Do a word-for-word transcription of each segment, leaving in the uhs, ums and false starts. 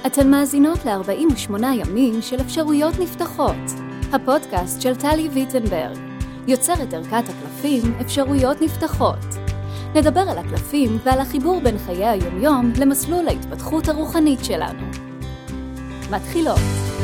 אתן מאזינות ל-ארבעים ושמונה ימים של אפשרויות נפתחות, הפודקאסט של טלי ויטנברג, יוצרת ערכת הקלפים אפשרויות נפתחות. נדבר על הקלפים ועל החיבור בין חיי היומיום למסלול ההתפתחות הרוחנית שלנו. מתחילות.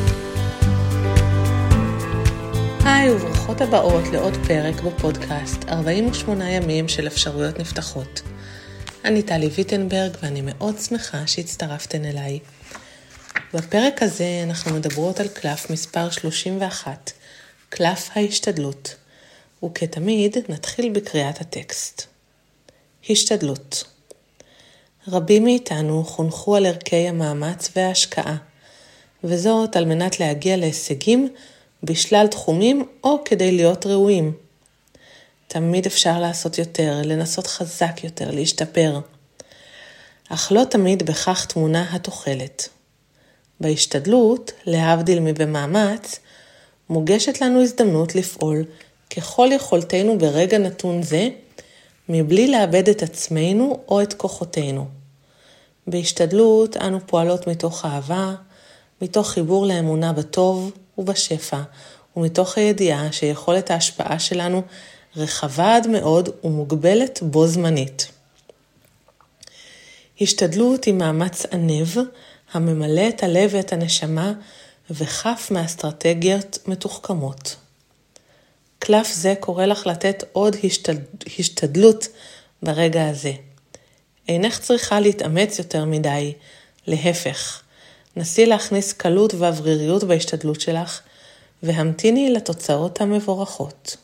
היי וברוכות הבאות לעוד פרק בפודקאסט ארבעים ושמונה ימים של אפשרויות נפתחות. אני טלי ויטנברג ואני מאוד שמחה שהצטרפתן אליי. בפרק הזה אנחנו מדברות על קלף מספר שלושים ואחת, קלף ההשתדלות. וכתמיד נתחיל בקריאת הטקסט. השתדלות. רבים מאיתנו חונכו על ערכי המאמץ וההשקעה, וזאת על מנת להגיע להישגים בשלל תחומים או כדי להיות ראויים. תמיד אפשר לעשות יותר, לנסות חזק יותר, להשתפר. אך לא תמיד בכך תמונה התוחלת. בהשתדלות, להבדיל מבמאמץ, מוגשת לנו הזדמנות לפעול ככל יכולתנו ברגע נתון זה, מבלי לאבד את עצמנו או את כוחותינו. בהשתדלות אנו פועלות מתוך אהבה, מתוך חיבור לאמונה בטוב ובשפע, ומתוך הידיעה שיכולת ההשפעה שלנו רחבה עד מאוד ומוגבלת בו זמנית. השתדלות היא מאמץ ענב, הממלא את הלב ואת הנשמה, וחף מאסטרטגיות מתוחכמות. קלף זה קורא לך לתת עוד השתד... השתדלות ברגע הזה. אינך צריכה להתאמץ יותר מדי, להפך. נסי להכניס קלות ואווריריות בהשתדלות שלך, והמתיני לתוצאות המבורכות.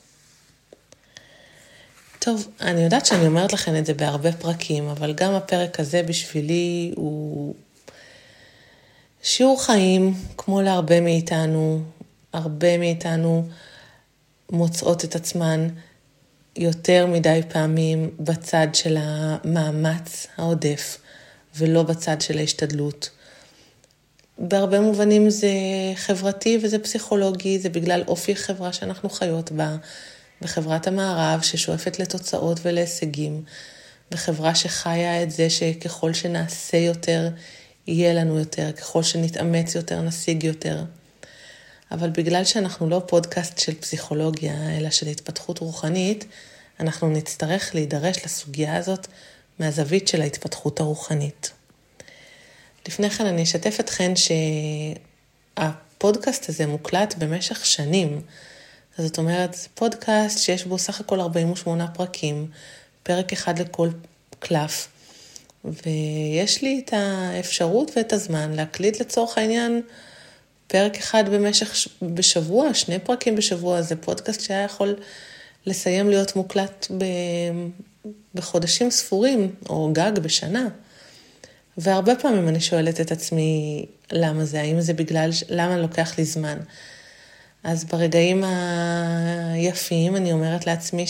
טוב, אני יודעת שאני אומרת לכם את זה בהרבה פרקים, אבל גם הפרק הזה בשבילי הוא שיעור חיים, כמו להרבה מאיתנו. הרבה מאיתנו מוצאות את עצמן יותר מדי פעמים בצד של המאמץ העודף, ולא בצד של ההשתדלות. בהרבה מובנים זה חברתי וזה פסיכולוגי, זה בגלל אופי חברה שאנחנו חיות בה, בחברת המערב ששואפת לתוצאות ולהישגים, בחברה שחיה את זה שככל שנעשה יותר, יהיה לנו יותר, ככל שנתאמץ יותר, נשיג יותר. אבל בגלל שאנחנו לא פודקאסט של פסיכולוגיה, אלא של התפתחות רוחנית, אנחנו נצטרך להידרש לסוגיה הזאת מהזווית של ההתפתחות הרוחנית. לפני כן אני אשתף אתכן שהפודקאסט הזה מוקלט במשך שנים. זאת אומרת, זה פודקאסט שיש בו סך הכל ארבעים ושמונה פרקים, פרק אחד לכל קלף, ויש לי את האפשרות ואת הזמן להקליט לצורך העניין פרק אחד במשך בשבוע, שני פרקים בשבוע. זה פודקאסט שהיה יכול לסיים להיות מוקלט ב, בחודשים ספורים, או גג בשנה. והרבה פעמים אני שואלת את עצמי למה זה, האם זה בגלל, למה לוקח לי זמן. אז ברגעים היפים אני אומרת לעצמי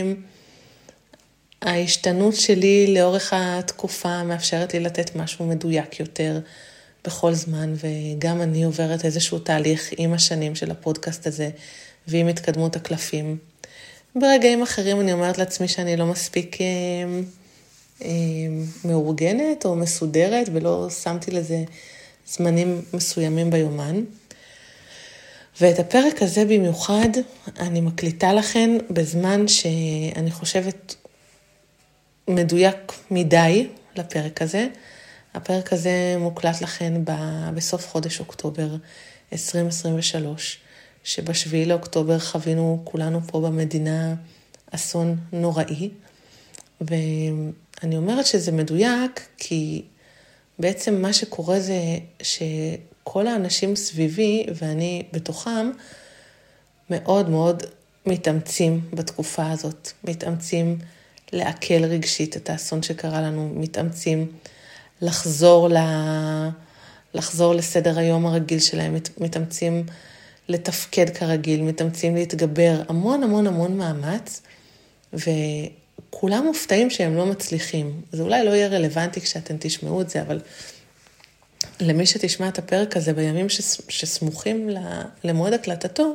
שההשתנות שלי לאורך התקופה מאפשרת לי לתת משהו מדויק יותר בכל זמן, וגם אני עוברת איזשהו תהליך עם השנים של הפודקאסט הזה ועם התקדמות הקלפים. ברגעים אחרים אני אומרת לעצמי שאני לא מספיק מאורגנת או מסודרת ולא שמתי לזה זמנים מסוימים ביומן. ואת הפרק הזה במיוחד אני מקליטה לכן בזמן שאני חושבת מדויק מדי לפרק הזה. הפרק הזה מוקלט לכן בסוף חודש אוקטובר עשרים עשרים ושלוש, שבשביעי לאוקטובר חווינו כולנו פה במדינה אסון נוראי. ואני אומרת שזה מדויק כי בעצם מה שקורה זה שכל האנשים סביבי ואני בתוכם מאוד מאוד מתאמצים בתקופה הזאת, מתאמצים לעכל רגשית את האסון שקרה לנו, מתאמצים לחזור, ל... לחזור לסדר היום הרגיל שלהם, מתאמצים לתפקד כרגיל, מתאמצים להתגבר, המון המון המון מאמץ, וכולם מופתעים שהם לא מצליחים. זה אולי לא יהיה רלוונטי כשאתם תשמעו את זה, אבל למי שתשמע את הפרק הזה בימים שסמוכים למועד הקלטתו,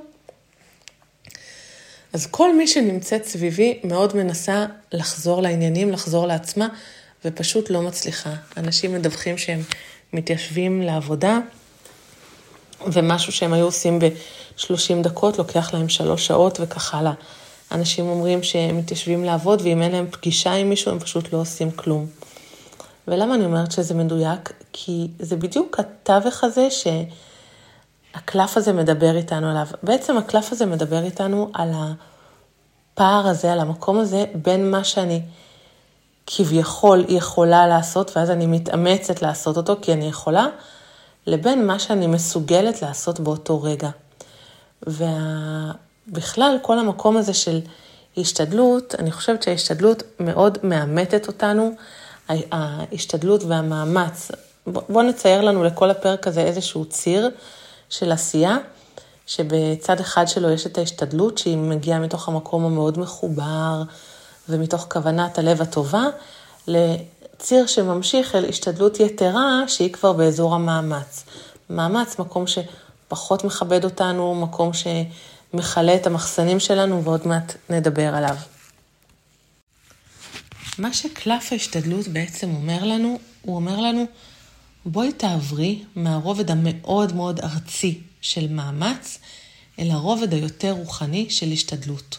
אז כל מי שנמצאת סביבי מאוד מנסה לחזור לעניינים, לחזור לעצמה, ופשוט לא מצליחה. אנשים מדווחים שהם מתיישבים לעבודה, ומשהו שהם היו עושים ב-שלושים דקות, לוקח להם שלוש שעות וכך הלאה. אנשים אומרים שהם מתיישבים לעבוד, ואם אין להם פגישה עם מישהו, הם פשוט לא עושים כלום. ולמה אני אומרת שזה מדויק? כי זה בדיוק התווך הזה שהקלף הזה מדבר איתנו עליו. בעצם הקלף הזה מדבר איתנו על הפער הזה, על המקום הזה, בין מה שאני כביכול יכולה לעשות, ואז אני מתאמצת לעשות אותו כי אני יכולה, לבין מה שאני מסוגלת לעשות באותו רגע. ובכלל, כל המקום הזה של השתדלות, אני חושבת שההשתדלות מאוד מאמתת אותנו, ההשתדלות והמאמץ. בואו נצייר לנו לכל הפרק הזה איזשהו ציר של עשייה, שבצד אחד שלו יש את ההשתדלות, שהיא מגיעה מתוך המקום המאוד מחובר, ומתוך כוונת הלב הטובה, לציר שממשיך אל השתדלות יתרה, שהיא כבר באזור המאמץ. מאמץ, מקום שפחות מכבד אותנו, מקום שמחלה את המחסנים שלנו, ועוד מעט נדבר עליו. מה שקלף ההשתדלות בעצם אומר לנו, הוא אומר לנו, בואי תעברי מהרובד המאוד מאוד ארצי של מאמץ, אל הרובד היותר רוחני של השתדלות.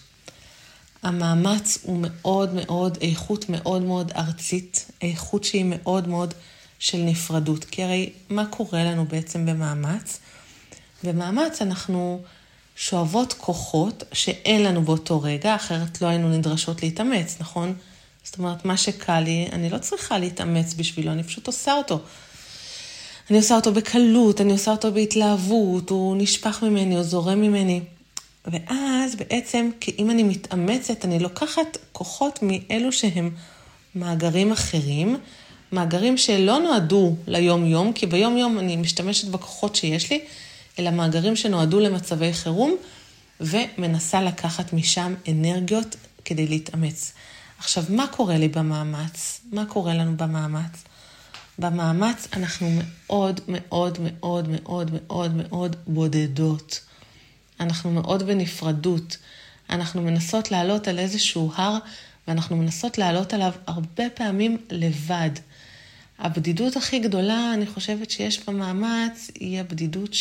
המאמץ הוא מאוד מאוד, איכות מאוד מאוד ארצית, איכות שהיא מאוד מאוד של נפרדות. כי הרי מה קורה לנו בעצם במאמץ? במאמץ אנחנו שואבות כוחות שאין לנו באותו רגע, אחרת לא היינו נדרשות להתאמץ, נכון? זאת אומרת, מה שקל לי, אני לא צריכה להתאמץ בשבילו, אני פשוט עושה אותו. אני עושה אותו בקלות, אני עושה אותו בהתלהבות, הוא נשפך ממני, הוא זורם ממני. ואז בעצם, אם אני מתאמצת, אני לוקחת כוחות מאלו שהם מאגרים אחרים, מאגרים שלא נועדו ליום-יום, כי ביום-יום אני משתמשת בכוחות שיש לי, אלא מאגרים שנועדו למצבי חירום, ומנסה לקחת משם אנרגיות כדי להתאמץ. עכשיו, מה קורה לי במאמץ? מה קורה לנו במאמץ? במאמץ אנחנו מאוד מאוד מאוד מאוד מאוד מאוד בודדות. אנחנו מאוד בנפרדות. אנחנו מנסות לעלות על איזשהו הר, ואנחנו מנסות לעלות עליו הרבה פעמים לבד. הבדידות הכי גדולה, אני חושבת שיש במאמץ, היא הבדידות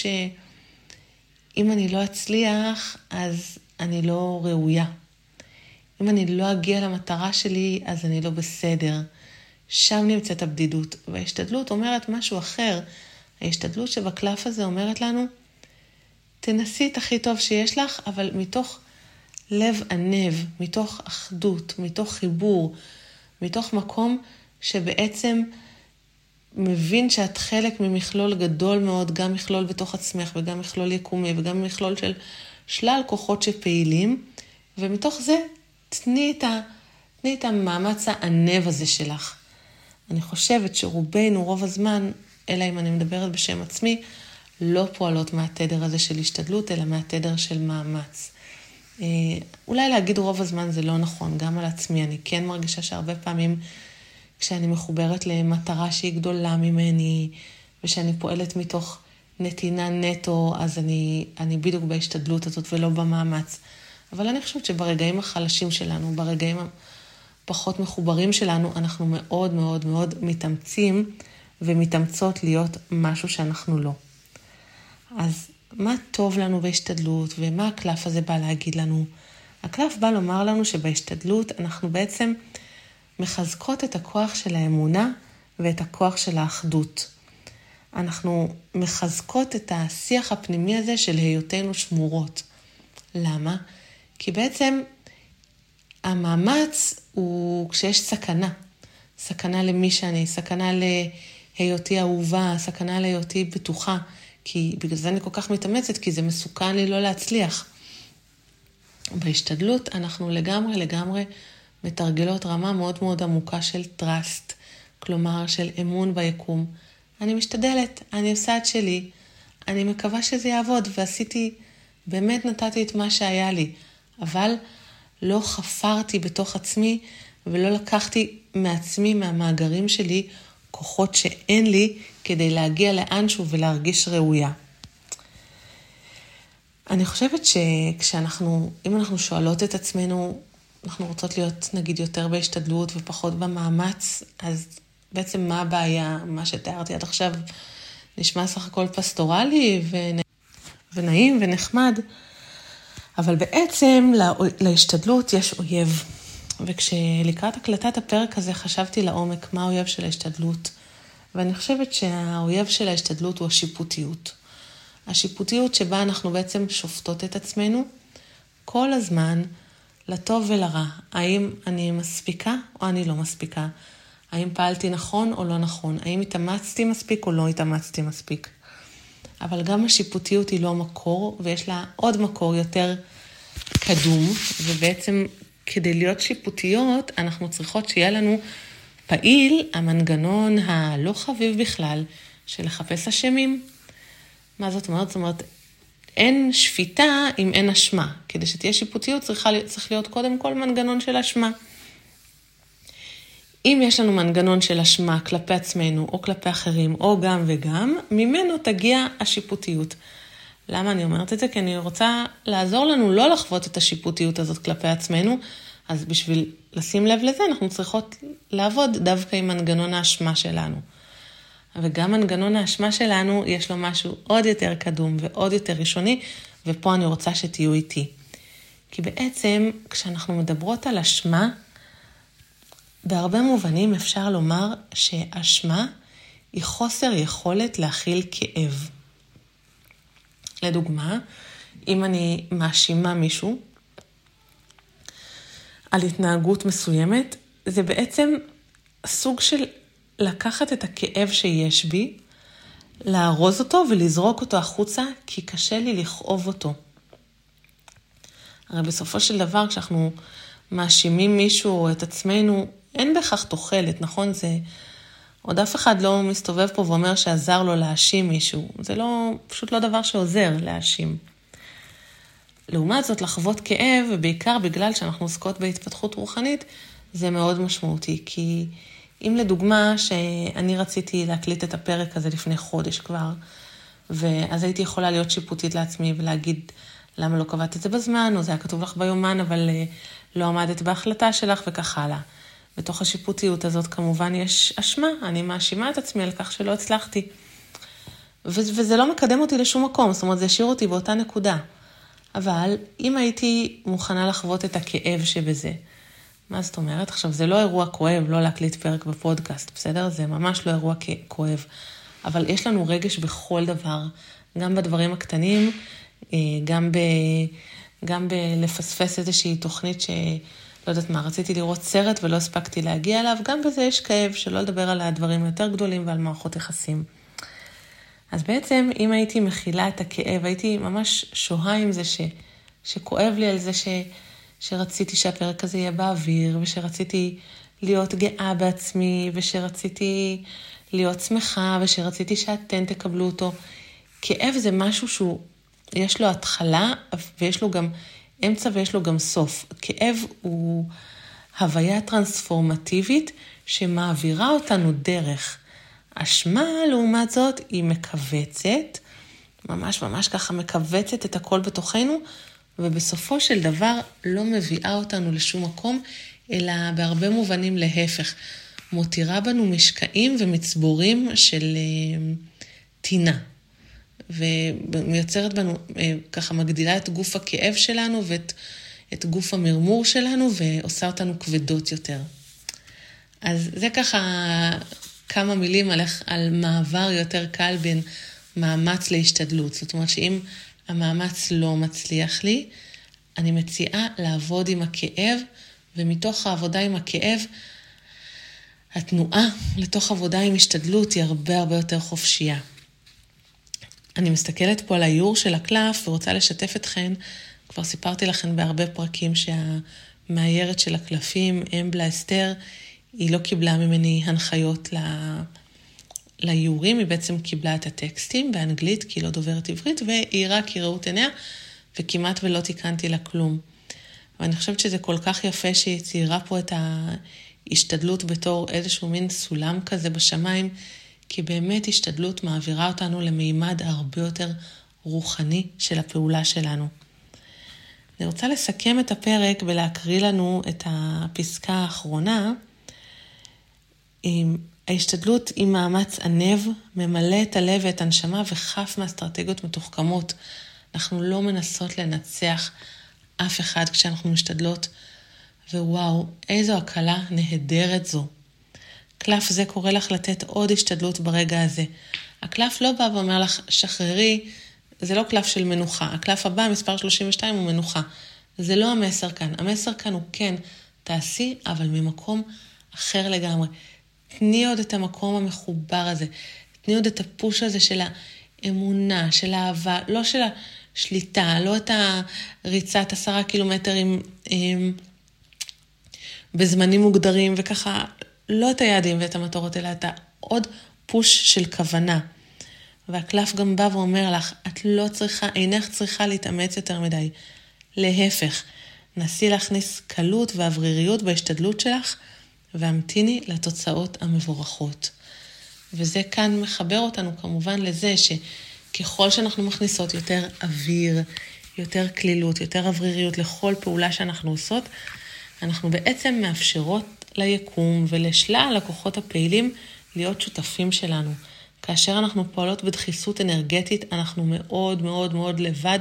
שאם אני לא אצליח, אז אני לא ראויה. אם אני לא אגיע למטרה שלי, אז אני לא בסדר. שם נמצאת הבדידות. וההשתדלות אומרת משהו אחר. ההשתדלות שבקלף הזה אומרת לנו, תנסי את הכי טוב שיש לך, אבל מתוך לב ענב, מתוך אחדות, מתוך חיבור, מתוך מקום שבעצם מבין שאת חלק ממכלול גדול מאוד, גם מכלול בתוך עצמך וגם מכלול יקומי וגם מכלול של שלל כוחות שפעילים, ומתוך זה תני את, ה, תני את המאמץ הענב הזה שלך. אני חושבת שרובנו רוב הזמן, אלא אם אני מדברת בשם עצמי, לא פועלות מהתדר הזה של השתדלות, אלא מהתדר של מאמץ. אולי להגיד רוב הזמן זה לא נכון, גם על עצמי. אני כן מרגישה שהרבה פעמים כשאני מחוברת למטרה שהיא גדולה ממני, ושאני פועלת מתוך נתינה נטו, אז אני, אני בדיוק בהשתדלות הזאת ולא במאמץ. אבל אני חושבת שברגעים החלשים שלנו, ברגעים הפחות מחוברים שלנו, אנחנו מאוד מאוד מאוד מתאמצים ומתאמצות להיות משהו שאנחנו לא. אז מה טוב לנו בהשתדלות ומה הקלף הזה בא להגיד לנו? הקלף בא לומר לנו שבהשתדלות אנחנו בעצם מחזקות את הכוח של האמונה ואת הכוח של האחדות. אנחנו מחזקות את השיח הפנימי הזה של היותנו שמורות. למה? כי בעצם המאמץ הוא כשיש סכנה. סכנה למי שאני, סכנה להיותי אהובה, סכנה להיותי בטוחה. כי בגלל זה אני כל כך מתאמצת, כי זה מסוכן לי לא להצליח. בהשתדלות אנחנו לגמרי לגמרי מתרגלות רמה מאוד מאוד עמוקה של טרסט, כלומר של אמון ביקום. אני משתדלת, אני עושה את שלי, אני מקווה שזה יעבוד, ועשיתי, באמת נתתי את מה שהיה לי, אבל לא חפרתי בתוך עצמי, ולא לקחתי מעצמי, מהמאגרים שלי, כוחות שאין לי, כדי להגיע לאנשהו ולהרגיש ראויה. אני חושבת שכשאנחנו, אם אנחנו שואלות את עצמנו, אנחנו רוצות להיות נגיד יותר בהשתדלות ופחות במאמץ, אז בעצם מה הבעיה, מה שתיארתי עד עכשיו, נשמע סך הכל פסטורלי ונעים ונחמד, אבל בעצם להשתדלות יש אויב. וכשלקראת הקלטת הפרק הזה חשבתי לעומק מה האויב של ההשתדלות, ואני חושבת שהאויב של ההשתדלות הוא השיפוטיות. השיפוטיות שבה אנחנו בעצם שופטות את עצמנו כל הזמן, לטוב ולרע. האם אני מספיקה או אני לא מספיקה? האם פעלתי נכון או לא נכון? האם התאמצתי מספיק או לא התאמצתי מספיק? אבל גם השיפוטיות היא לא מקור, ויש לה עוד מקור יותר קדום, ובעצם כדי להיות שיפוטיות, אנחנו צריכות שיהיה לנו פעיל המנגנון הלא חביב בכלל, של לחפש אשמים. מה זאת אומרת? זאת אומרת, אין שפיטה אם אין אשמה. כדי שתהיה שיפוטיות צריכה, צריך להיות קודם כל מנגנון של אשמה. אם יש לנו מנגנון של אשמה כלפי עצמנו או כלפי אחרים או גם וגם, ממנו תגיע השיפוטיות. למה אני אומרת את זה? כי אני רוצה לעזור לנו לא לחוות את השיפוטיות הזאת כלפי עצמנו, אז בשביל לשים לב לזה אנחנו צריכות לעבוד דווקא עם מנגנון האשמה שלנו. וגם מנגנון האשמה שלנו יש לו משהו עוד יותר קדום ועוד יותר ראשוני, ופה אני רוצה שתהיו איתי. כי בעצם כשאנחנו מדברות על אשמה, בהרבה מובנים אפשר לומר שאשמה היא חוסר יכולת להכיל כאב. לדוגמה, אם אני מאשימה מישהו על התנהגות מסוימת, זה בעצם סוג של לקחת את הכאב שיש בי, לארוז אותו ולזרוק אותו החוצה, כי קשה לי לכאוב אותו. הרי בסופו של דבר, כשאנחנו מאשימים מישהו או את עצמנו, אין בכך תוחלת, נכון? זה עוד אף אחד לא מסתובב פה ואומר שעזר לו להאשים מישהו. זה לא, פשוט לא דבר שעוזר להאשים. לעומת זאת, לחוות כאב, ובעיקר בגלל שאנחנו עוסקות בהתפתחות רוחנית, זה מאוד משמעותי. כי אם לדוגמה שאני רציתי להקליט את הפרק הזה לפני חודש כבר, ואז הייתי יכולה להיות שיפוטית לעצמי ולהגיד למה לא קבעת את זה בזמן, או זה היה כתוב לך ביומן, אבל לא עמדת בהחלטה שלך וכך הלאה. בתוך השיפוטיות הזאת כמובן יש אשמה, אני מאשימה את עצמי על כך שלא הצלחתי. וזה לא מקדם אותי לשום מקום, זאת אומרת זה השאיר אותי באותה נקודה. אבל אם הייתי מוכנה לחוות את הכאב שבזה, מה זאת אומרת? עכשיו זה לא אירוע כואב, לא להקליט פרק בפודקאסט, בסדר? זה ממש לא אירוע כואב. אבל יש לנו רגש בכל דבר, גם בדברים הקטנים, גם ב... גם בלפספס איזושהי תוכנית ש... לא יודעת מה, רציתי לראות סרט ולא הספקתי להגיע אליו, גם בזה יש כאב, שלא לדבר על הדברים יותר גדולים ועל מערכות יחסים. אז בעצם, אם הייתי מכילה את הכאב, הייתי ממש שוהה עם זה ש, שכואב לי על זה ש, שרציתי שהפרק הזה יהיה באוויר, ושרציתי להיות גאה בעצמי, ושרציתי להיות שמחה, ושרציתי שאתן תקבלו אותו. כאב זה משהו שהוא, יש לו התחלה, ויש לו גם אמצע ויש לו גם סוף. כאב הוא הוויה טרנספורמטיבית שמעבירה אותנו דרך. אשמה, לעומת זאת, היא מקבצת, ממש ממש ככה מקבצת את הכל בתוכנו, ובסופו של דבר לא מביאה אותנו לשום מקום, אלא בהרבה מובנים להפך. מותירה בנו משקעים ומצבורים של טינה. ומייצרת בנו, ככה מגדילה את גוף הכאב שלנו ואת את גוף המרמור שלנו ועושה אותנו כבדות יותר. אז זה ככה כמה מילים על, על מעבר יותר קל בין מאמץ להשתדלות. זאת אומרת שאם המאמץ לא מצליח לי, אני מציעה לעבוד עם הכאב, ומתוך העבודה עם הכאב, התנועה לתוך עבודה עם השתדלות היא הרבה הרבה יותר חופשייה. אני מסתכלת פה על האיור של הקלף ורוצה לשתף אתכן, כבר סיפרתי לכן בהרבה פרקים שהמאיירת של הקלפים, אמבלה אסתר, היא לא קיבלה ממני הנחיות לאיורים, היא בעצם קיבלה את הטקסטים באנגלית, כי היא לא דוברת עברית, והיא רק כראות עיניה, וכמעט ולא תיקנתי לה כלום. ואני חושבת שזה כל כך יפה שהיא ציירה פה את ההשתדלות בתור איזשהו מין סולם כזה בשמיים, כי באמת השתדלות מעבירה אותנו למימד הרבה יותר רוחני של הפעולה שלנו. אני רוצה לסכם את הפרק ולהקריא לנו את הפסקה האחרונה. ההשתדלות היא מאמץ ענב, ממלא את הלב ואת הנשמה וחף מאסטרטגיות מתוחכמות. אנחנו לא מנסות לנצח אף אחד כשאנחנו משתדלות, ווואו, איזו הקלה נהדרת זו. קלף זה קורא לך לתת עוד השתדלות ברגע הזה. הקלף לא בא ואומר לך, שחררי, זה לא קלף של מנוחה. הקלף הבא, מספר שלושים ושתיים, הוא מנוחה. זה לא המסר כאן. המסר כאן הוא כן, תעשי, אבל ממקום אחר לגמרי. תני עוד את המקום המחובר הזה. תני עוד את הפוש הזה של האמונה, של האהבה, לא של השליטה, לא את הריצת עשרה קילומטרים עם, בזמנים מוגדרים, וככה לא את היעדים ואת המטורות, אלא את העוד פוש של כוונה. והקלף גם בא ואומר לך, את לא צריכה, אינך צריכה להתאמץ יותר מדי. להפך, נסי להכניס קלות ואווריריות בהשתדלות שלך, והמתיני לתוצאות המבורכות. וזה כאן מחבר אותנו כמובן לזה שככל שאנחנו מכניסות יותר אוויר, יותר כלילות, יותר אווריריות לכל פעולה שאנחנו עושות, אנחנו בעצם מאפשרות ליקום ולשלל הכוחות הפעילים להיות שותפים שלנו. כאשר אנחנו פועלות בדחיסות אנרגטית, אנחנו מאוד מאוד מאוד לבד,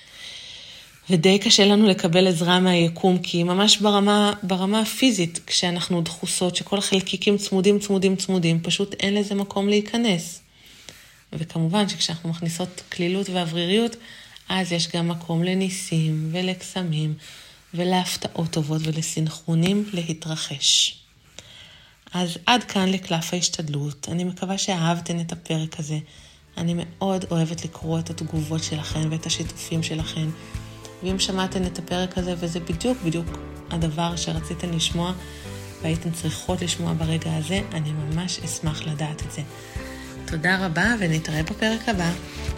ודי קשה לנו לקבל עזרה מהיקום, כי ממש ברמה, ברמה הפיזית, כשאנחנו דחוסות, שכל החלקיקים צמודים, צמודים, צמודים, פשוט אין לזה מקום להיכנס. וכמובן שכשאנחנו מכניסות כלילות ואווריריות, אז יש גם מקום לניסים ולקסמים, ולהפתעות טובות ולסינכרונים להתרחש. אז עד כאן לקלף ההשתדלות. אני מקווה שאהבתן את הפרק הזה. אני מאוד אוהבת לקרוא את התגובות שלכם ואת השיתופים שלכם. ואם שמעתן את הפרק הזה, וזה בדיוק בדיוק הדבר שרציתן לשמוע, והייתן צריכות לשמוע ברגע הזה, אני ממש אשמח לדעת את זה. תודה רבה ונתראה בפרק הבא.